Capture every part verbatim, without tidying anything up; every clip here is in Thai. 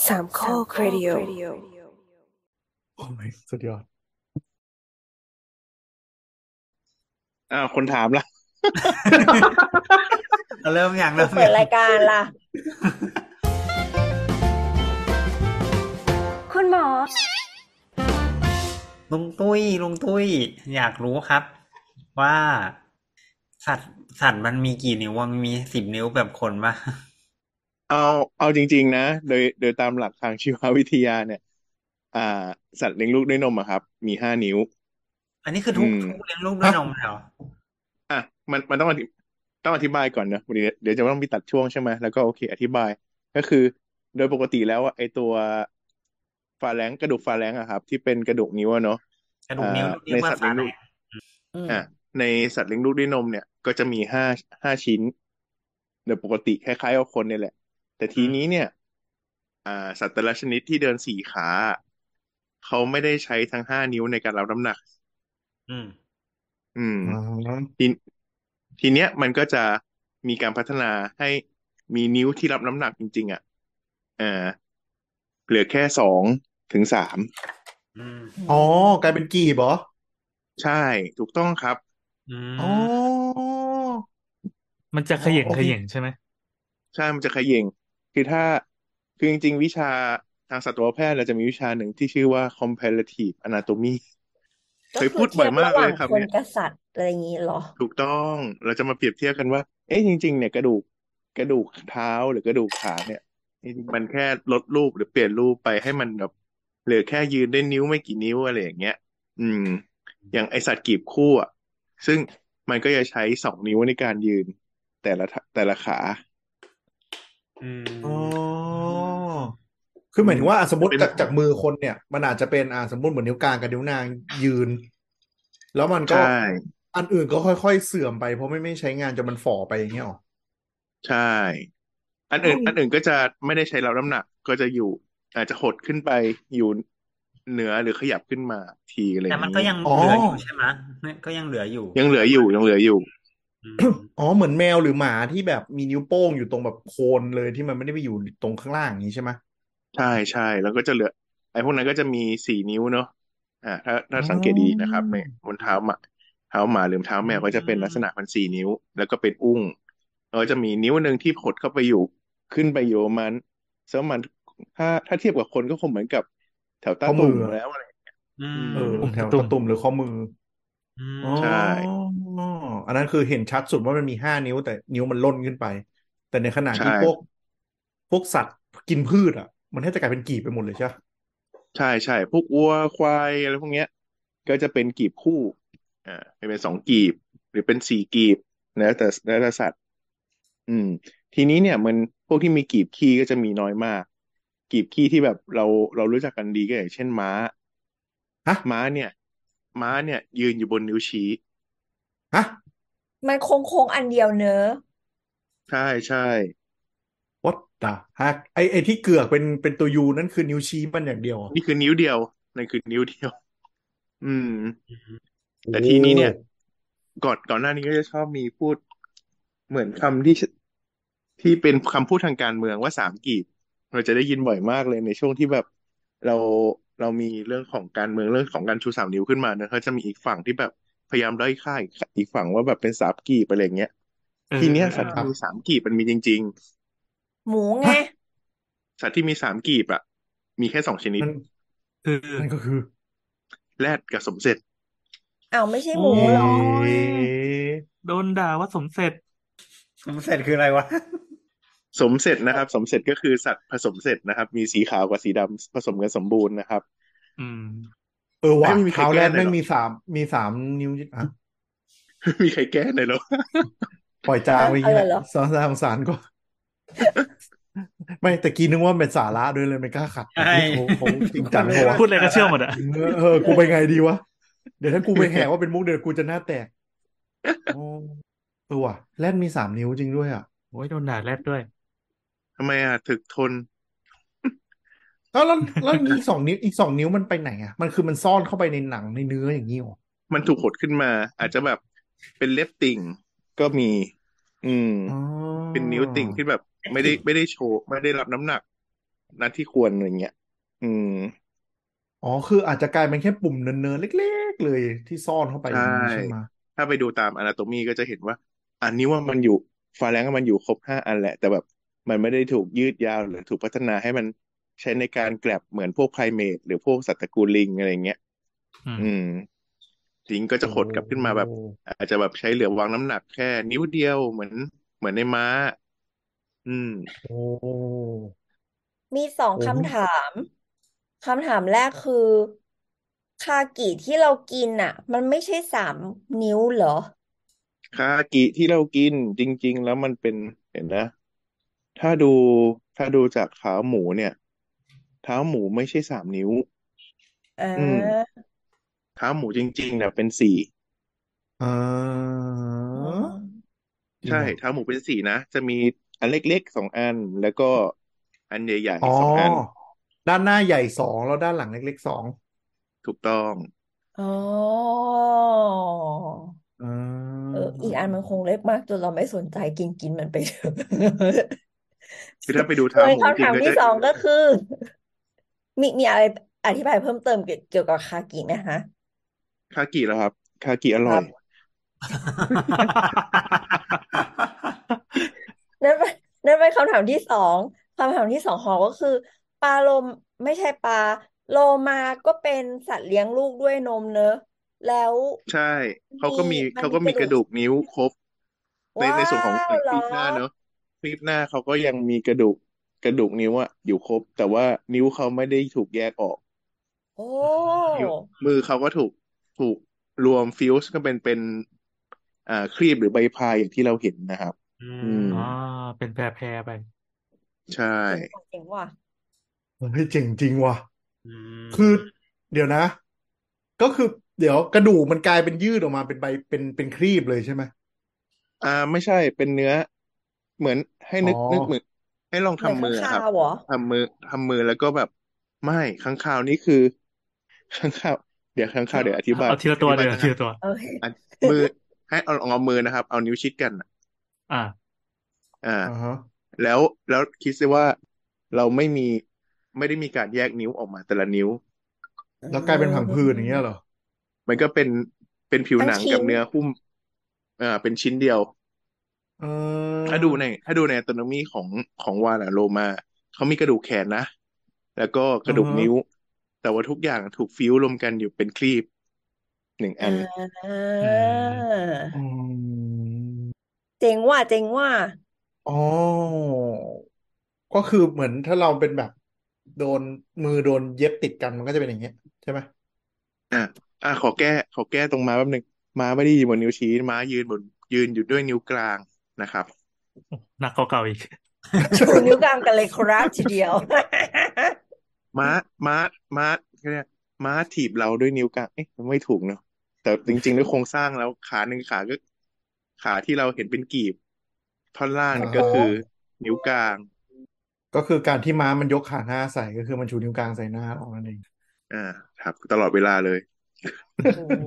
สามข้อครดิโอโอ้ยสุดยอดอ้าวคนถามล่ะเริ่มอย่างเธเริ่อมเปิอดย่างรายการล่ะ คุณหมอลุงตุ้ยลุงตุ้ยอยากรู้ครับ ว่าสัตว์สัตว์มันมีกี่นิ้วว่ามันมีสิบนิ้วแบบคนปะเอาเอาจริงๆนะโดยโดยตามหลักทางชีววิทยาเนี่ยอ่าสัตว์เลี้ยงลูกด้วยนมอะครับมีห้านิ้วอันนี้คืออืทุกมทุกเลี้ยงลูกด้วยฮะนมเลยเหรออ่ะมันมันต้องอธิต้องอธิบายก่อนนะวันนี้เดี๋ยวจะต้องมีตัดช่วงใช่ไหมแล้วก็โอเคอธิบายก็คือโดยปกติแล้วอะไอตัวฟาแลงกระดูกฟาแลงอะครับที่เป็นกระดูกนิ้วอะเนาะกระดูอ่ากนิ้วเรีในยกว่าฝาแหลสัตว์เลี้ยงลูกงอืมอ่ะในสัตว์เลี้ยงลูกด้วยนมเนี่ยก็จะมีห้าห้าชิ้นโดยปกติคล้ายๆกับคนเนี่ยแหละแต่อืทีมนี้เนี่ย อ่าสัตว์แต่ละชนิดที่เดินสี่ขาเขาไม่ได้ใช้ทั้งห้านิ้วในการรับน้ำหนักอืมอืมอ๋อทีทีเนี้ยมันก็จะมีการพัฒนาให้มีนิ้วที่รับน้ำหนักจริงๆอ่ะอ่าเหลือแค่สองถึงสามอืมอ๋อกลายเป็นกีบเหรอใช่ถูกต้องครับอือ๋อมมันจะอ๋อเขย่งโอเคเขย่งใช่ไหมใช่มันจะเขย่งคือถ้าคือจริงๆวิชาทางสัตวแพทย์เราจะมีวิชาหนึ่งที่ชื่อว่า comparative anatomy เคก็ยพูดบ่อยคือเทียบมากเลระหว่างคนยคำเนี้ยกับสัตว์อะไรอย่างนี้เหรอถูกต้องเราจะมาเปรียบเทียบกันว่าเอ๊ะจริงๆเนี่ยกระดูกกระดูกเท้าหรือกระดูกขาเนี่ยจริงๆมันแค่ลดรูปหรือเปลี่ยนรูปไปให้มันแบบเหลือแค่ยืนได้นิ้วไม่กี่นิ้วอะไรอย่างเงี้ยอืมอย่างไอสัตว์กีบคู่อ่ะซึ่งมันก็จะใช้สองนิ้วในการยืนแต่ละแต่ละขาอือ๋อมคืออืมหมายถึงว่าอ่ะสมมจะเป็นติจากจากมือคนเนี่ยมันอาจจะเป็นอ่าสมมติเหมือนนิ้วกลางกับนิ้วนางยืนแล้วมันก็ใช่อันอื่นก็ค่อยๆเสื่อมไปเพราะไม่ไม่ใช้งานจนมันฝ่อไปอย่างเงี้ยหรอใช่อันอื่นอันอื่นก็จะไม่ได้ใช้รับน้ำหนักก็จะอยู่อาจจะหดขึ้นไปอยู่เหนือหรือขยับขึ้นมาทีอะไรอย่างนี้แต่มันก็ยังอ๋อเหลืออยู่ใช่ไหมเนี่ยก็ยังเหลืออยู่ยังเหลืออยู่ยังเหลืออยู่อืมอ๋อเหมือนแมวหรือหมาที่แบบมีนิ้วโป้งอยู่ตรงแบบโคนเลยที่มันไม่ได้ไปอยู่ตรงข้างล่างอย่างนี้ใช่ไหมใช่ใช่แล้วก็จะเหลือไอ้พวกนั้นก็จะมีสี่นิ้วเนาะอ่าถ้าถ้าอ๋สังเกตดีๆอนะครับในบนเท้าหมาเท้าหมาหรือเท้าอืแมวก็จะเป็นลักษณะมมันสี่นิ้วแล้วก็เป็นอุ้งแล้วก็จะมีนิ้วหนึ่งที่ขดเข้าไปอยู่ขึ้นไปอยู่ประมาณสักประมาณถ้าถ้าเทียบกับคนก็คงเหมือนกับแถวข้ใต้ตุ่มอมืออะแล้วอะไรอือืเออมปุ่มตะตุ่มแถวตะตุ่มหรือข้อมือมอ๋อใช่อันนั้นคือเห็นชัดสุดว่ามันมีห้านิ้วแต่นิ้วมันล่นขึ้นไปแต่ในขณะใช่ที่พวกพวกสัตว์กินพืชอ่ะมันแทบจะกลายเป็นกีบไปหมดเลยใช่ปะใช่ใช่พวกวัวควายอะไรพวกเนี้ยก็จะเป็นกีบคู่อ่าเป็นสองกีบหรือเป็นสี่กีบแล้วแต่แล้วแต่สัตว์ อืมทีนี้เนี่ยมันพวกที่มีกีบขี้ก็จะมีน้อยมากกีบขี้ที่แบบเราเรารู้จักกันดีก็อย่างเช่นม้าฮะม้าเนี่ยม้าเนี่ยยืนอยู่บนนิ้วชี้ฮะมันโค้งๆอันเดียวเนอะใช่ใช่ what the heck ไอไอที่เกือกเป็นเป็นตัวยูนั่นคือนิ้วชี้มันอย่างเดียวเหรอนี่คือนิ้วเดียวนั่นคือนิ้วเดียวอืมโอ้แต่ทีนี้เนี่ยก่อนก่อนหน้านี้ก็จะชอบมีพูดเหมือนคำที่ที่เป็นคำพูดทางการเมืองว่าสามกีบเราจะได้ยินบ่อยมากเลยในช่วงที่แบบเราเรามีเรื่องของการเมืองเรื่องของการชูสามนิ้วขึ้นมาเนอะเขาจะมีอีกฝั่งที่แบบพยายามด้อยค่าอีกอีกฝั่งว่าแบบเป็นสามกีบอะไรอย่างเงี้ยเออทีเนี้ยเออเออสัตว์ที่มีอ่าสามกีบมันมีจริงหมูไงฮะๆสัตว์ที่มีสามกีบอ่ะมีแค่สองชนิดนั่นคือนั่นก็คือแรดกับสมเสร็จอ้าวไม่ใช่โอ้หมูเหรอยโดนด่าว่าสมเสร็จสมเสร็จคืออะไรวะสมเสร็จนะครับสมเสร็จก็คือสัตว์ผสมเสร็จนะครับมีสีขาวกับสีดำผสมกันสมบูรณ์นะครับอืมเออว่ะไม่ไม่มีใครเท้าแรดแม่งแก้เลยเหรอมีสามมีสามนิ้วอ่ะไม่มีใครแก้เลยเหรอปล่อยจางฮะไปอย่างนี้แหละอะไรเหรอสงสารสงสารก็ไม่แต่กี้นึกว่ามันเป็นสาระด้วยเลยไม่กล้าขัดใช่เฮ้ยเขาเขาจริงจังไม่ว่าเหรอวะพูดอะไรก็เชื่อหมดอะเออเออกูไปไงดีวะเดี๋ยวถ้ากูไปแหกว่าเป็นมุกเดี๋ยวกูจะหน้าแตกโอ้เออว่ะแรดมีสามนิ้วจริงด้วยอ่ะโอ้ยโดนด่าแรดด้วยทำไมอ่ะถึกทนแล้วแล้วแล้วอีกสองนิ้วอีกสองนิ้วมันไปไหนอ่ะมันคือมันซ่อนเข้าไปในหนังในเนื้ออย่างนี้หรอมันถูกหดขึ้นมาอาจจะแบบเป็นเล็บติ่งก็มีอืมอ๋อเป็นนิ้วติ่งที่แบบไม่ได้ไม่ได้โชว์ไม่ได้รับน้ำหนักนัดที่ควรอะไรเงี้ยอืมอ๋อคืออาจจะกลายเป็นแค่ปุ่มเนินๆเล็กๆเลยที่ซ่อนเข้าไปอใช่ย่างนี้ใช่ไหมถ้าไปดูตามอนาโตมีก็จะเห็นว่าอันนี้ว่ามันอยู่ฟาแรงก์มันอยู่ครบห้าอันแหละแต่แบบมันไม่ได้ถูกยืดยาวหรือถูกพัฒนาให้มันใช้ในการแกลบเหมือนพวกไพรเมทหรือพวกสัตว์ตระกูลลิงอะไรเงี้ยอืมอืมลิงก็จะโอ้ขดกลับขึ้นมาแบบอาจจะแบบใช้เหลือวางน้ำหนักแค่นิ้วเดียวเหมือนเหมือนในม้าอืมโอ้มีสองโอ้เพิ่งคำถามคำถามแรกคือคากิที่เรากินอ่ะมันไม่ใช่สามนิ้วเหรอคากิที่เรากินจริงๆแล้วมันเป็นเห็นนะ ถ้าดูถ้าดูจากเท้าหมูเนี่ยเท้าหมูไม่ใช่สามนิ้วอ่อืมาเท้าหมูจริงๆเนี่ยเป็นสี่อ่าอ๋อจริงใช่เหรอเท้าหมูเป็นสี่นะจะมีอันเล็กๆสองอันแล้วก็อันใหญ่อ๋อๆสองอันด้านหน้าใหญ่สองแล้วด้านหลังเล็กๆสองถูกต้องอ๋ออ่เอาออีกอันมันคงเล็กมากจนเราไม่สนใจกินกินมันไปเถอะคือถ้าไปดูส่เท้าหมูจวนคำถาริงๆก็จะมที่สองก็คือมีมีอะไรอธิบายเพิ่มเติมเกี่ยวเกี่ยวกับคากิไหมคะคากิแล้วครับคากิอร่อยครับ นั่นเป็นนั่นเป็นคำถามที่สองคำถามที่สองของก็คือปลาโลมไม่ใช่ปลาโลมาก็เป็นสัตว์เลี้ยงลูกด้วยนมเนอะแล้วใช่เขามีก็มีมันเขาก็มีกระมีกระดูกดูกนิ้วครบในว้าในส่วนของวเหรอคลิปหน้าเนอะคลิปหน้าเขาก็ยังมีกระดูกกระดูกนิ้วอะอยู่ครบแต่ว่านิ้วเขาไม่ได้ถูกแยกออกโอ้นิ้วมือเขาก็ถูกถูกรวมฟิวส์ก็เป็นเป็นอ่าครีบหรือใบพายอย่างที่เราเห็นนะครับอือืมอ๋อมเป็นแพรแพรไปใช่เจ๋งว่ะเจ๋งว่ะเฮ้ยเจ๋งจริงว่ะอืคือมเดี๋ยวนะก็คือเดี๋ยวกระดูกมันกลายเป็นยืดออกมาเป็นใบเป็นเป็นครีบเลยใช่ไหมอ่าไม่ใช่เป็นเนื้อเหมือนให้อ๋อนึกนึกเหมือนให้ลองทำมืเหมือนข้างออะครับคาวเหรอทำมือทำมือแล้วก็แบบไม่ค้างคาวนี่คือค้างคาวเดี๋ยวค้างคาวเดี๋ยวอธิบายเอาทีละอตัวเดียวธิบายตั้งนานทีละตัวโอเคอันมือให้เอาลองเอามือนะครับเอานิ้วชิดกันอะอ่าอ่าอ่าฮะแล้วแล้วคิดซิว่าเราไม่มีไม่ได้มีการแยกนิ้วออกมาแต่ละนิ้วอืแล้วกลายเป็นผังผืดอย่างเงี้ยเหรอมมันก็เป็นเป็นผิวหนังกับทั้งชิ้นเนื้อหุ้มอ่าเป็นชิ้นเดียวเออถ้าดูในถ้าดูใน a ต o น o มีของของวาฬะโลมาเขามีกระดูกแขนนะแล้วก็กอ่าฮะระดูกนิ้วแต่ว่าทุกอย่างถูกฟิวรวมกันอยู่เป็นครีบหนึ่งอ่อันาอืมอืมเจ๋งว่ะเจ๋งว่ะอ๋อก็คือเหมือนถ้าเราเป็นแบบโดนมือโดนเย็บติดกันมันก็จะเป็นอย่างเงี้ยใช่ไหมอ่าอ่าขอแก้ขอแก้ตรงม้าแป๊บหนึ่งม้าไม่ได้ยืนบนนิ้วชี้ม้ายืนบนยืนอยู่ด้วยนิ้วกลางนะครับหนักกว่าเก่าอีกชูนิ้วกลางกันเลยครับทีเดียวม้าม้าม้าเขาเรียกม้าถีบเราด้วยนิ้วกลางเอ๊ะมันไม่ถูกเนอะแต่จริงๆด้วยโครงสร้างแล้วขาหนึ่งขาก็ขาที่เราเห็นเป็นกีบ ท่อนล่างอ่าเนี่ยโอ้ก็คือนิ้วกลางก็คือการที่ม้ามันยกขาหน้าใส่ก็คือมันชูนิ้วกลางใส่หน้าเรานั่นเองอ่าครับตลอดเวลาเลยโห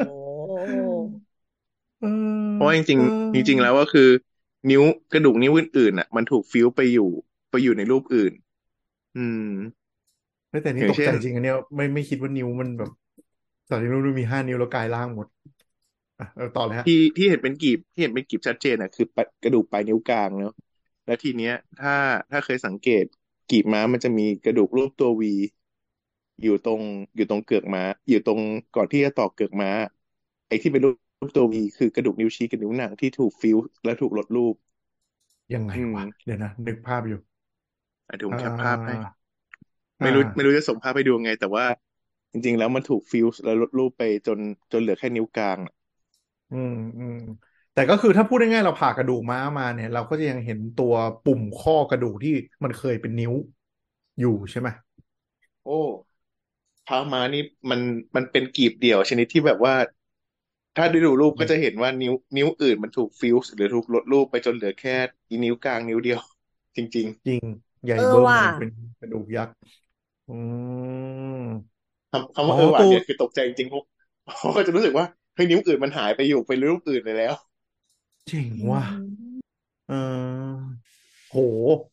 เอเพราะว่าอจริงเอๆจริงๆแล้วอก็คือนิ้วกระดูกนิ้วอื่นๆอ่ะมันถูกฟิวไปอยู่ไปอยู่ในรูปอื่นอืมไม่แต่นี่ตกใจอย่างเช่นจริงอันเนี้ยไม่ไม่คิดว่านิ้วมันแบบสัตว์ที่รู้มีห้านิ้วแล้วกลายร่างหมดอ่ะเราต่อเลยฮะที่ที่เห็นเป็นกีบที่เห็นเป็นกีบชัดเจนอ่ะคือปะกระดูกปลายนิ้วกลางเนาะแล้วทีเนี้ยถ้าถ้าเคยสังเกตกีบม้ามันจะมีกระดูกรูปตัววีอยู่ตรงอยู่ตรงเกือกม้าอยู่ตรงก่อนที่จะต่อเกือกม้าไอ้ที่เป็นรูปตัววีคือกระดูกนิ้วชี้กับนิ้วนางที่ถูกฟิวและถูกลดรูปยังไงอืมวะเดี๋ยวนะนึกภาพอยู่อ่ะเดี๋ยวผอ่มแคปภาพให้าอ่าไม่รู้ไม่รู้จะส่งภาพให้ดูไงแต่ว่าจริงๆแล้วมันถูกฟิวส์แล้วลดรูปไปจนจนเหลือแค่นิ้วกลางอะอืมอืมแต่ก็คือถ้าพูดง่ายๆเราผ่ากระดูกม้ามาเนี่ยเราก็จะยังเห็นตัวปุ่มข้อกระดูกที่มันเคยเป็นนิ้วอยู่ใช่ไหมโอ้เท้าม้านี่มันมันเป็นกีบเดี่ยวชนิดที่แบบว่าถ้าได้ดูรูปก็เนี่ยจะเห็นว่านิ้วนิ้วอื่นมันถูกฟิวส์หรือถูกลดรูปไปจนเหลือแค่อีนิ้วกลางนิ้วเดียวจริงจริงใหญ่เออเบิ้มว่ะเลยเป็นกระดูกยักษ์อืมๆคำคำอ๋อว่าเออว่ะตัวเนี่ยคือตกใจจริงๆพวกเพราะก็จะรู้สึกว่าเฮ้ยนิ้วอื่นมันหายไปอยู่ไปรูปอื่นเลยแล้วเจ๋งอืว่ะมเออโห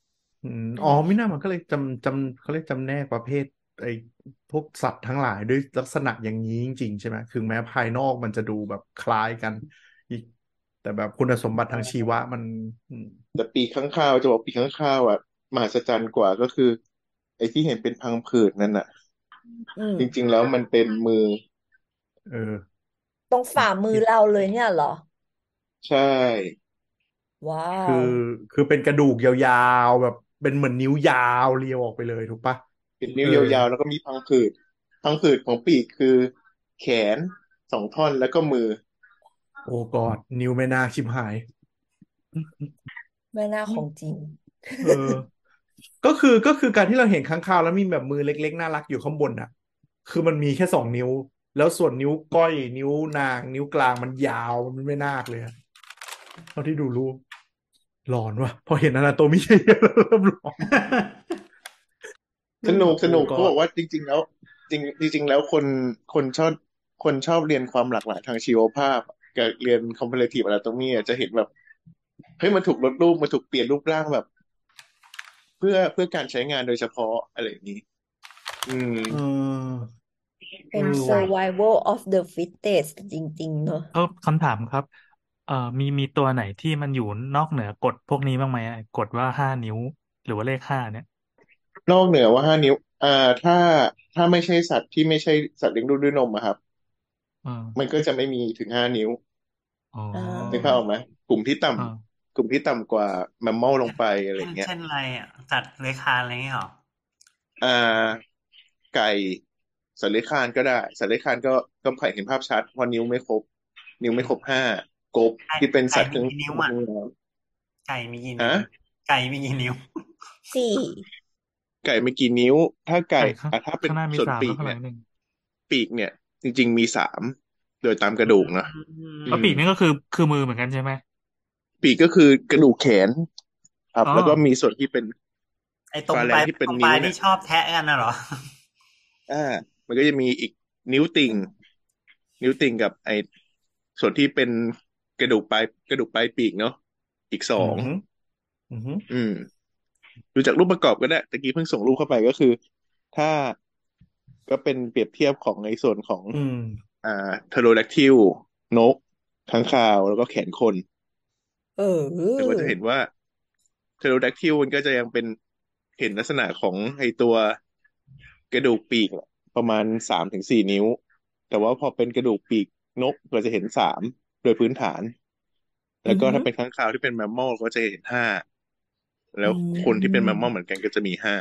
อืมอือ๋อไม่น่ามมันก็เลยจำจำเขาเรียกจำแนกประเภทไอ้พวกสัตว์ทั้งหลายด้วยลักษณะอย่างนี้จริงๆใช่ไหมถึงแม้ภายนอกมันจะดูแบบคล้ายกันอีกแต่แบบคุณสมบัติทางชีวะมันอืมแต่ปีกข้างคาวจะบอกปีกข้างคาวอ่ะมหัศจรรย์กว่าก็คือไอ้ที่เห็นเป็นพังผืดนั่นน่ะอืมจริงๆแล้วมันเป็นมือเออตรงฝ่ามือเราเลยเนี่ยเหรอใช่ว้าคือวคือเป็นกระดูกยาวๆแบบเป็นเหมือนนิ้วยาวเรียวออกไปเลยถูกปะเป็นเอนิ้อวยาวๆแล้วก็มีพังผืดพังผืดของปีกคือแขนสองท่อนแล้วก็มือโอ้กอดนิ้วไม่น่าชิบหายแม่นาของจริงเออ ก็คือก็คือการที่เราเห็นค้างคาวแล้วมีแบบมือเล็กๆน่ารักอยู่ข้างบนอ่ะคือมันมีแค่สองนิ้วแล้วส่วนนิ้วก้อยนิ้วนางนิ้วกลางมันยาวมันไม่น่าเลยอะเท่าที่ดูรูปหลอนว่ะพอเห็นอนาโตมีเยอะๆเริ่มหลอนสนุกโอ้สนุกกอดเขาบอกว่าจริงๆแล้วจริงจริงๆแล้วคนคนชอบคนชอบเรียนความหลากหลายทางชีวภาพกับเรียน comparative anatomy อะจะเห็นแบบเฮ้ยมันถูกลดรูปมันถูกเปลี่ยนรูปร่างแบบเพื่อเพื่อการใช้งานโดยเฉพาะอะไรอย่างนี้อืมเออเอเป็นอว่ะ survival of the fittest จริงๆเนอะเออคำถามครับเอ่อมีมีตัวไหนที่มันอยู่นอกเหนือกฎพวกนี้บ้างไหมอะกฎว่าห้านิ้วหรือว่าเลขห้าเนี่ยนอกเหนือว่าห้านิ้วอ่าถ้าถ้าไม่ใช่สัตว์ที่ไม่ใช่สัตว์เลี้ยงลูกด้วยนมอะครับเออมันก็จะไม่มีถึงห้านิ้วอ๋ออ่นึกภาพาออกไหมกลุ่มที่ต่เออำกลุ่มที่ต่ำกว่าแมมมอลลงไปอะไรเช่นเงี้ยเช่นอะไรอ่ะสัตว์เลื้อยคลานอะไรเงี้ยหรออ่าไก่สัตว์เลื้อยคลานก็ได้สัตว์เลื้อยคลานก็ก็เห็นภาพชัดเพราะนิ้วไม่ครบนิ้วไม่ครบห้ากบไก่ที่เป็นไก่มีสัตว์ครึ่งกี่นิ้วอ่ะครึ่งน้ไก่มีกี่ำฮะนิ้วไก่มีกี่นิ้วสี่ไก่ไม่กี่นิ้วถ้าไก่ไก่ข้างอ่ะถ้าเป็นข้างหน้ามีส่วนสามแล้วปีกเนี่ยข้างหลังหนึ่งปีกเนี่ยจริงๆมีสามโดยตามกอืระดูกนะมอืมแล้วปีกนี่ก็คือคือมือเหมือนกันใช่ไหมปีกก็คือกระดูกแขนครับอ๋อแล้วก็มีส่วนที่เป็นไอ้ตรงปลายฟาแรงที่เป็นตรงปนิ้วเนี่ยลายที่ชอบแทะกันน่ะเหรออ่ามันก็จะมีอีกนิ้วติ่งนิ้วติ่งกับไอ้ส่วนที่เป็นกระดูกปลายกระดูกปลายปีกเนาะอีกสองอือหืออือหืออืมดูจากรูปประกอบก็ได้ตะกี้เพิ่งส่งรูปเข้าไปก็คือถ้าก็เป็นเปรียบเทียบของในส่วนของอืมอ่าเทโรแดคทิลนกค้างคาวแล้วก็แขนคนเอแล้วก็อจะเห็นว่าเทโรแดคทิลมันก็จะยังเป็นเห็นลักษณะของไอตัว กระดูกปีกประมาณสามถึงสี่นิ้วแต่ว่าพอเป็นกระดูกปีกนกเราจะเห็นสามโดยพื้นฐานอืแล้วก็อหือถ้าเป็นค้างคาวที่เป็นแมมมอลก็จะเห็นห้าแล้อืวคนที่เป็นแมมมอลเหมืมอนกันก็จะมีห้า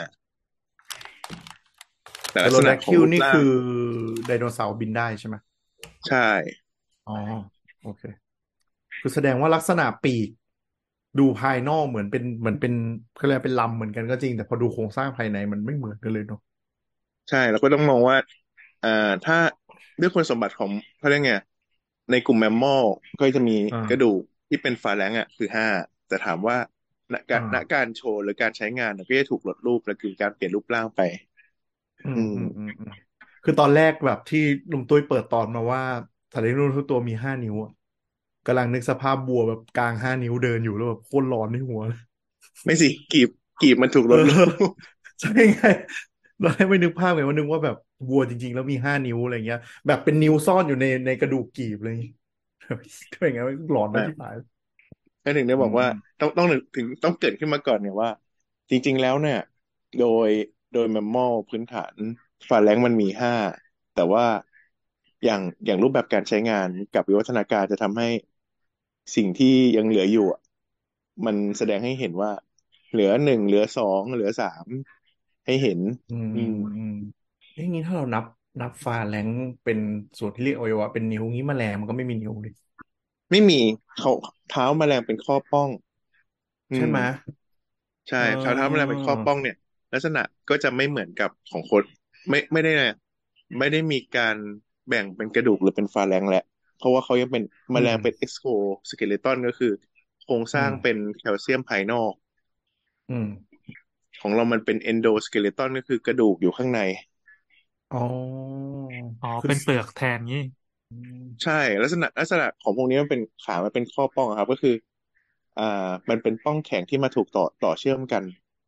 แต่แต่โรลักษณะของแดกทิลรูปร่างนี่คือไดโนเสาร์บินได้ใช่ไหมใช่อ๋อโอเค คือแสดงว่าลักษณะปีกดูภายนอกเหมือนเป็นเหมือนเป็นเขาเรียกว่าเป็นลำเหมือนกันก็จริงแต่พอดูโครงสร้างภายในมันไม่เหมือนกันเลยเนาะใช่แล้วก็ต้องมองว่าอ่าถ้าด้วยคุณสมบัติของเขาเรียกไงในกลุ่มแมมมอลก็จะมีอ่ากระดูกที่เป็นฟาแรงอ่ะคือห้าแต่ถามว่าณอ่การณาการโชว์หรือการใช้งานเนี่ยก็จะถูกลดรูปและคือการเปลี่ยนรูปร่างไปอืมอืมอืมอืมอืมคือตอนแรกแบบที่ลุงตุ้ยเปิดตอนมาว่าสัตว์เลี้ยงลูกทุกตัวมีห้านิ้วอะกำลังนึกสภาพบัวแบบกลางห้านิ้วเดินอยู่แล้วแบบโคตรร้อนในหัวเลยไม่สิกีบกีบมันถูกเออลดลงใช่ไงเราได้ไม่นึกภาพไงว่านึกว่าแบบวัวจริงๆแล้วมีห้านิ้วอะไรเงี้ยแบบเป็นนิ้วซ่อนอยู่ในในกระดูกกีบอะไรอย่างเงี้ยถ้าอย่างงั้นหลอนนะที่ผายก็ถึงได้บอกว่าอืมอืมต้องต้องถึงต้องเกริดขึ้นมาก่อนเนี่ยว่าจริงๆแล้วเนี่ยโดยโดยแมมมอลพื้นฐานฟาแลงมันมีห้าแต่ว่าอย่างอย่างรูปแบบการใช้งานกับวิวัฒนาการจะทำให้สิ่งที่ยังเหลืออยู่อะมันแสดงให้เห็นว่าเหลือหนึ่งเหลือสองเหลือสามให้เห็นอืมอืมอืมเอ้ยงี้ถ้าเรานับนับฟาแลงก์เป็นส่วนที่เรียกอวัยวะเป็นนิ้วงี้แมลงมันก็ไม่มีนิ้วเลยไม่มีเขาเท้าแมลงเป็นข้อป้องอืมใช่ไหมใช่เเท้าเท้าแมลอองเป็นข้อป้องเนี่ยลักษณะก็จะไม่เหมือนกับของคนไม่ไม่ได้ไม่ได้มีการแบ่งเป็นกระดูกหรือเป็นฟาแรงแหละเพราะว่าเขายังเป็นแมอืมลงเป็นเอ็กโซสเกเลตอนก็คือโครงสอืมร้างเป็นแคลเซียมภายนอกอืมของเรามันเป็นเอนโดสเกเลตอนก็คือกระดูกอยู่ข้างในอ๋ออ๋อคือเป็นเปลือกแทนงี้อืมใช่ลักษณะลักษณะของพวกนี้มันเป็นขามันเป็นข้อป้องอะครับก็คืออ่ามันเป็นป้องแข็งที่มาถูกต่อต่อเชื่อมกัน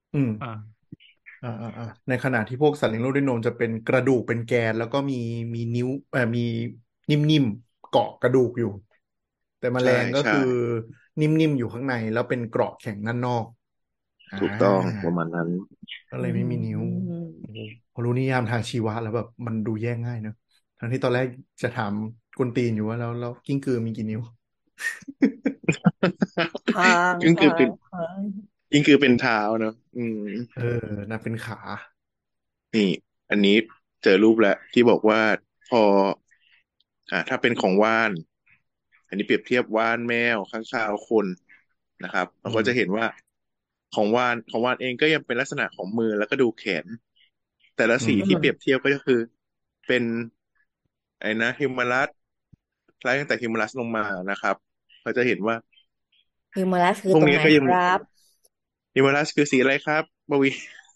อืมอ่าอ่าอ่าอ่าในขณะที่พวกสัตว์เลี้ยงลูกด้วยนมจะเป็นกระดูกเป็นแกนแล้วก็มีมีนิ้วเอ่อมีนิ่มๆเกาะกระดูกอยู่ แต่แมลใช่งก็ใช่คือนิ่มๆอยู่ข้างในแล้วเป็นเกราะแข็งด้านนอกอ่าถูกต้องประมาณนั้นก็อืเลยไม่มีนิ้วโอ้มโหพอรู้นิยามทางชีวะแล้วแบบมันดูแยกง่ายเนอะทั้งที่ตอนแรกจะถามกวนตีนอยู่ว่าแล้วแล้วกิ้งกือมีกี่นิ้วทางยิ่งทางคือเป็นทางยิ่งคือเป็นเท้าเนอะอืมเออนับเป็นขานี่อันนี้เจอรูปแล้วที่บอกว่าพออ่าถ้าเป็นของว่านอันนี้เปรียบเทียบว่านแมวค้างคาวคนนะครับเราก็อืมจะเห็นว่าของว่านของว่านเองก็ยังเป็นลักษณะของมือแล้วก็ดูแขนแต่ละอืมสีที่เปรียบอืมเทียบก็คือเป็นไอ้นะฮิวมาลัสคล้ายตั้งแต่ฮิวมาลัสลงมานะครับเราจะเห็นว่าฮิวมาลัสคืพอตรงไหนวกนี้ก็ยังครับฮิวมาลัสคือสีอะไรครับบวี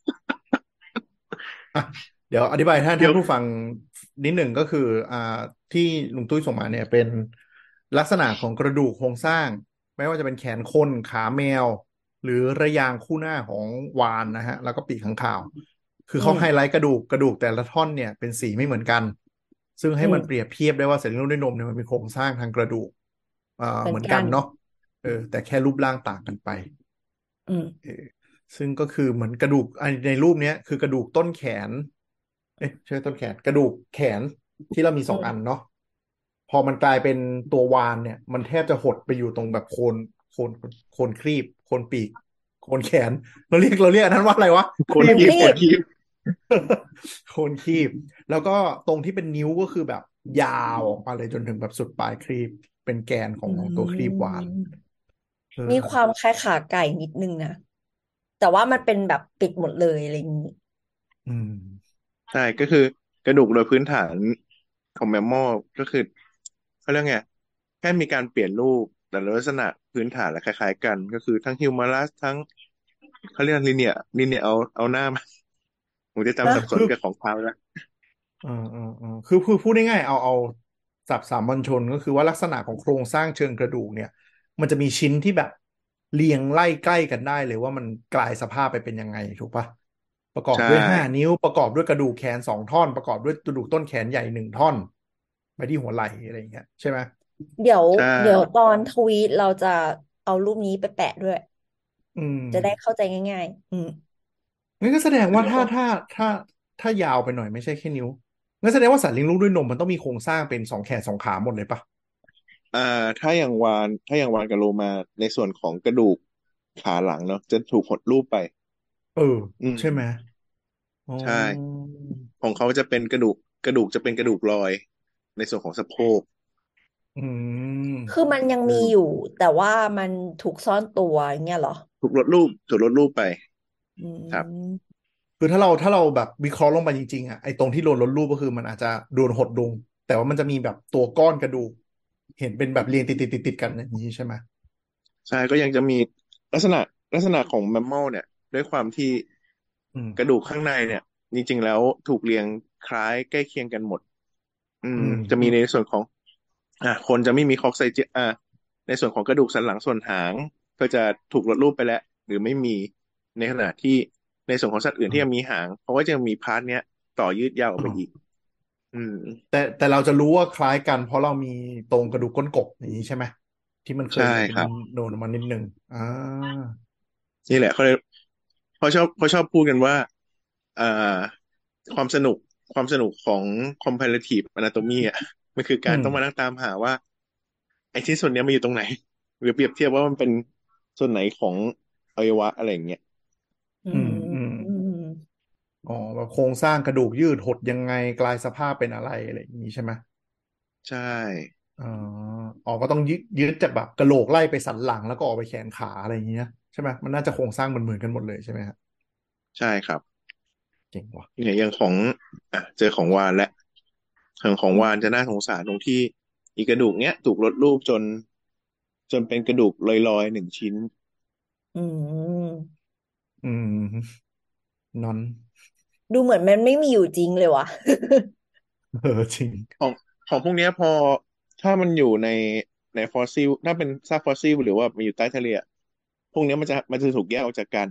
อ่ะเดี๋ยวอธิบายท่านเดี๋ยวท่านผู้ฟังนิดหนึ่งก็คืออ่าที่ลุงตุ้ยส่งมาเนี่ยเป็นลักษณะของกระดูกโครงสร้างไม่ว่าจะเป็นแขนคนขาแมวหรือระยางคู่หน้าของวาฬนะฮะแล้วก็ปีกข้างคาวคืออืมเขาไฮไลท์กระดูกกระดูกแต่ละท่อนเนี่ยเป็นสีไม่เหมือนกันซึ่งให้อืมมันเปรียบเทียบได้ว่าเส้นเลือดด้วยนมเนี่ยมันเป็นโครงสร้างทางกระดูกอ่าเหมือนเหมือนกันกันเนาะเออแต่แค่รูปร่างต่างกันไปอืมเออซึ่งก็คือเหมือนกระดูกอันในรูปเนี้ยคือกระดูกต้นแขนเอ๊ะใช่ต้นแขนกระดูกแขนที่เรามีสอืมองอันเนาะพอมันกลายเป็นตัววานเนี่ยมันแทบจะหดไปอยู่ตรงแบบโคนโคนโคนครีบโคนปีกโคนแขนเราเรียกเราเรียกอันนั้นว่าอะไรวะครีบคนคีคนคีบบคนคีบโคนครีบแล้วก็ตรงที่เป็นนิ้วก็คือแบบยาวออกมาเลยจนถึงแบบสุดปลายครีบเป็นแกนขออืงของตัวครีบวาฬมเออมีความคล้ายขาไก่นิดนึงนะแต่ว่ามันเป็นแบบปิดหมดเลยอะไรอย่างนี้อืมใช่ก็คือกระดูกโดยพื้นฐานของแมมมอลก็คือเขาเรียกไงแค่มีการเปลี่ยนรูปแต่ลักษณะพื้นฐานและคล้ายๆกันก็คือทั้งฮิวมาลัสทั้งเขาเรียกลิเนียลิเนียเอาเอาหน้ามาผมจะจำนะคือสับสนกับของเขาแล้วเออเออเออคือคือพูดง่ายๆเอาเอาศัพท์สามัญชนก็คือว่าลักษณะของโครงสร้างเชิงกระดูกเนี่ยมันจะมีชิ้นที่แบบเรียงไล่ใกล้กันได้เลยว่ามันกลายสภาพไปเป็นยังไงถูกปะประกอบใช่ด้วยห้านิ้วประกอบด้วยกระดูกแขนสองท่อนประกอบด้วยกระดูกต้นแขนใหญ่หนึ่งท่อนไปที่หัวไหล่อะไรอย่างเงี้ยใช่ไหมเดี๋ยวใช่เดี๋ยวตอนทวีตเราจะเอารูปนี้ไปแปะด้วยอืมจะได้เข้าใจง่ายๆอืมงั้นก็แสดงว่าเดี๋ยวถ้าถ้าถ้าถ้ายาวไปหน่อยไม่ใช่แค่นิ้วงั้นแสดงว่าสัตว์เลี้ยงลูกด้วยนมมันต้องมีโครงสร้างเป็นสองแขนสองขาหมดเลยปะอ่าถ้าอย่างวานถ้าอย่างวานกับโลมาในส่วนของกระดูกขาหลังเนาะจะถูกหดรูปไปเอออืมใช่ไหม อ๋ใช่อของเขาจะเป็นกระดูกกระดูกจะเป็นกระดูกลอยในส่วนของสะโพกอืมคือมันยังอืมมีอยู่แต่ว่ามันถูกซ่อนตัวอย่างเงี้ยเหรอถูกลดรูปถูกลดรูปไปอืครับมคือถ้าเราถ้าเราแบบวิเคราะห์ลงไปจริงๆอ่ะไอ้ตรงที่โดนลดรูปก็คือมันอาจจะโดนหดลงแต่ว่ามันจะมีแบบตัวก้อนกระดูกเห็นเป็นแบบเรียงติดติดติดติดกันอย่างนี้ใช่ไหมใช่ก็ยังจะมีลักษณะลักษณะของแมมมอลเนี่ยด้วยความที่อืมกระดูกข้างในเนี่ยจริงๆแล้วถูกเรียงคล้ายใกล้เคียงกันหมดอืมอืมจะมีอืมในส่วนของอ่าคนจะไม่มีคอกไซเจอ่าในส่วนของกระดูกสันหลังส่วนหางก็จะถูกลดรูปไปแล้วหรือไม่มีในขณะที่ในส่วนของสัตว์อื่นที่ยังมีหางเขาก็จะมีพาร์ทเนี้ยต่อยืดยาวออกอ๋อไปอีกอืมแต่แต่เราจะรู้ว่าคล้ายกันเพราะเรามีตรงกระดูกก้นกบอย่างนี้ใช่ไหมที่มันเคยใช่เป็นครับโดนออกมานิดนึงอ่านี่แหละเขาเลยเขาชอบเขาชอบพูดกันว่าอ่าความสนุกความสนุกของ comparative anatomy อ่ะมันคือการอืมต้องมานั่งตามหาว่าไอ้ที่ส่วนเนี้ยมันอยู่ตรงไหนหรือเปรียบเทียบว่ามันเป็นส่วนไหนของอวัยวะอะไรอย่างเงี้ยอือืมอืมมอ๋อแบบโครงสร้างกระดูกยืดหดยังไงกลายสภาพเป็นอะไรอะไรอย่างนี้ใช่ไหมใช่อ๋ออ๋อก็ต้องยึดยึดจากแบบกะโหลกไล่ไปสันหลังแล้วก็ออกไปแขนขาอะไรอย่างเงี้ยใช่ไหมมันน่าจะโครงสร้างมันเหมือนกันหมดเลยใช่ไหมฮะใช่ครับเก่งว่ะเนี่ยอย่างของอ่ะเจอของวานและของของวานจะน่าสงสารตรงที่อีกกระดูกเนี้ยถูกลดรูปจนจนเป็นกระดูกลอยๆหนึ่งชิ้นอืมอืมนอนดูเหมือนมันไม่มีอยู่จริงเลยว่ะเออจริงของของพวกเนี้ยพอถ้ามันอยู่ในในฟอสซิลถ้าเป็นซากฟอสซิลหรือว่ามันอยู่ใต้ทะเลอะพวกเนี้ยมันจะมันจะถูกแยกออกจากกัน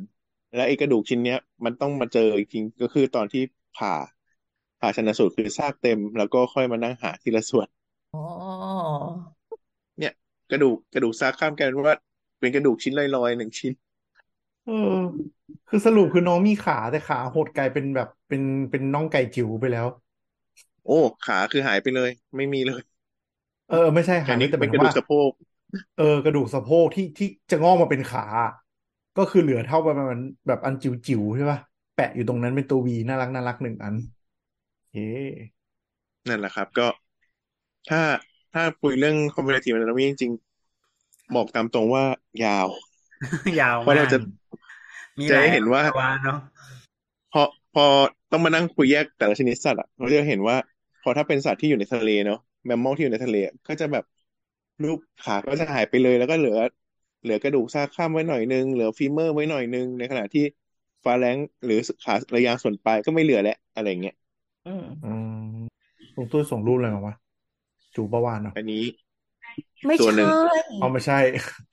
แล้วไอ้กระดูกชิ้นเนี้ยมันต้องมาเจอจริงๆก็คือตอนที่ผ่าผ่าชันสูตรคือซากเต็มแล้วก็ค่อยมานั่งหาทีละส่วนอ๋อเนี่ยกระดูกกระดูกซากข้ามกันว่าเป็นกระดูกชิ้นลอยๆหนึ่งชิ้นเออคือสรุปคือน้องมีขาแต่ขาหดกลายเป็นแบบเป็นเป็นน่องไก่จิ๋วไปแล้วโอ้ขาคือหายไปเลยไม่มีเลยเออไม่ใช่หายไปอันนี้เป็นกแต่หมายถึงว่าระดูกสะโพกเออกระดูกสะโพกที่ที่จะงอกมาเป็นขาก็คือเหลือเท่าประมาณแบบอันจิ๋วจิ๋วใช่ป่ะแปะอยู่ตรงนั้นเป็นตัววีน่ารักน่ารักหนึ่งอันเฮ้นั่นแหละครับก็ถ้าถ้าคุยเรื่อง comparative anatomy จริงๆบอกตามตรงว่ายาวยาวมากเพราะเราจะจะมีหลายได้เห็นว่าอวัยวะเนาะพอพอต้องมานั่งคุยแยกแต่ละชนิดสัตว์อ่ะเราจะเห็นว่าพอถ้าเป็นสัตว์ที่อยู่ในทะเลเนาะแมมมอลที่อยู่ในทะเลอะก็จะแบบรูปขาก็จะหายไปเลยแล้วก็เหลือเหลือกระดูกซากข้ามไว้หน่อยนึงเหลือฟีเมอร์ไว้หน่อยนึงในขณะที่ฟาแรงหรือขาระยางส่วนปลายก็ไม่เหลือแล้วอะไรเงี้ยอืมอืมตรงตัวส่งรูปอะไรมาวะจูปะวานเหรออันนี้ไม่ใช่ตัวหนึ่งเอาไม่ใช่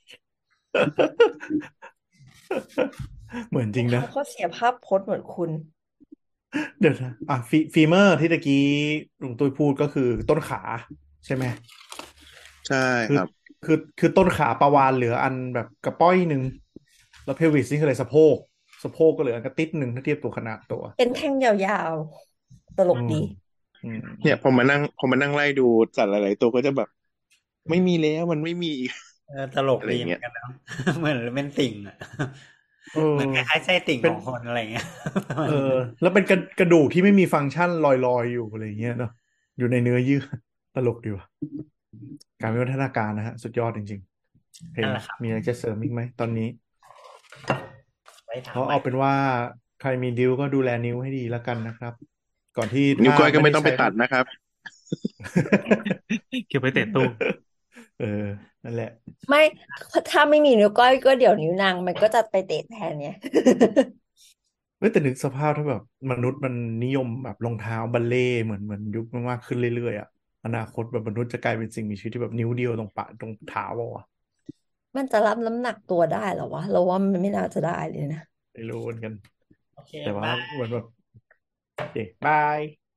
เหมือนจริงนะเขาก็เสียภาพพจน์เหมือนคุณเดี๋ยวนะอ่ะฟีฟีเมอร์ที่ตะกี้ลุงตุ้ยพูดก็คือต้นขาใช่ไหมใช่คือครับคือคือต้นขาปลาวาฬเหลืออันแบบกระป้อยหนึ่งแล้วเพลวิสนี่คืออะไรสะโพกสะโพกก็เหลืออันกระติดหนึ่งถ้าเทียบตัวขนาดตัวเป็นแท่งยาวๆตลอืมกดีอืมเนี่ยพอมานั่งพอมานั่งไล่ดูสัตว์หลายๆตัวก็จะแบบไม่มีแล้วมันไม่มีอีกเออตล กอะไรเงี้ยดีเหมือนกันเนาะเหมือนเป็นติ่งอะเออเหมือนคล้ายๆไส้ติ่งเป็นของคนอะไรเงี้ยเออแล้วเป็นกระกระดูกที่ไม่มีฟังก์ชันลอยๆอยู่อะไรเงี้ยเนาะอยู่ในเนื้อเยื่อตลกดีว่ะการวิวัฒนาการนะฮะสุดยอดจริงๆเพลงนั่นแหละครับมีอะไรจะเสริมอีกไหมตอนนี้ไว้ถามเขาใหม่เอาเป็นว่าใครมีนิ้วก็ดูแลนิ้วให้ดีแล้วกันนะครับก่อนที่นิ้วถ้าก้อยก็ไม่ต้องไปไม่ได้ใช้ตัดนะครับเก็บไว้เตะตู้เออนั่นแหละไม่ถ้าไม่มีนิ้วก้อยก็เดี๋ยวนิ้วนางมันก็จะไปเตะแทนเนี่ยเฮ้ยแต่นึกสภาพถ้าแบบมนุษย์มันนิยมแบบรองเท้าบัลเล่ต์เหมือนเหมือนยุคมันมากขึ้นเรื่อยๆอ่ะอนาคตแบบมนุษย์จะกลายเป็นสิ่งมีชีวิตที่แบบนิ้วเดียวตรงปะตรงเท้าอ่ะมันจะรับน้ำหนักตัวได้เหรอวะเราว่ามันไม่น่าจะได้เลยนะไม่รู้เหมือนกันโอเคแต่ว่าบายเหมือนแบบโอเคบาย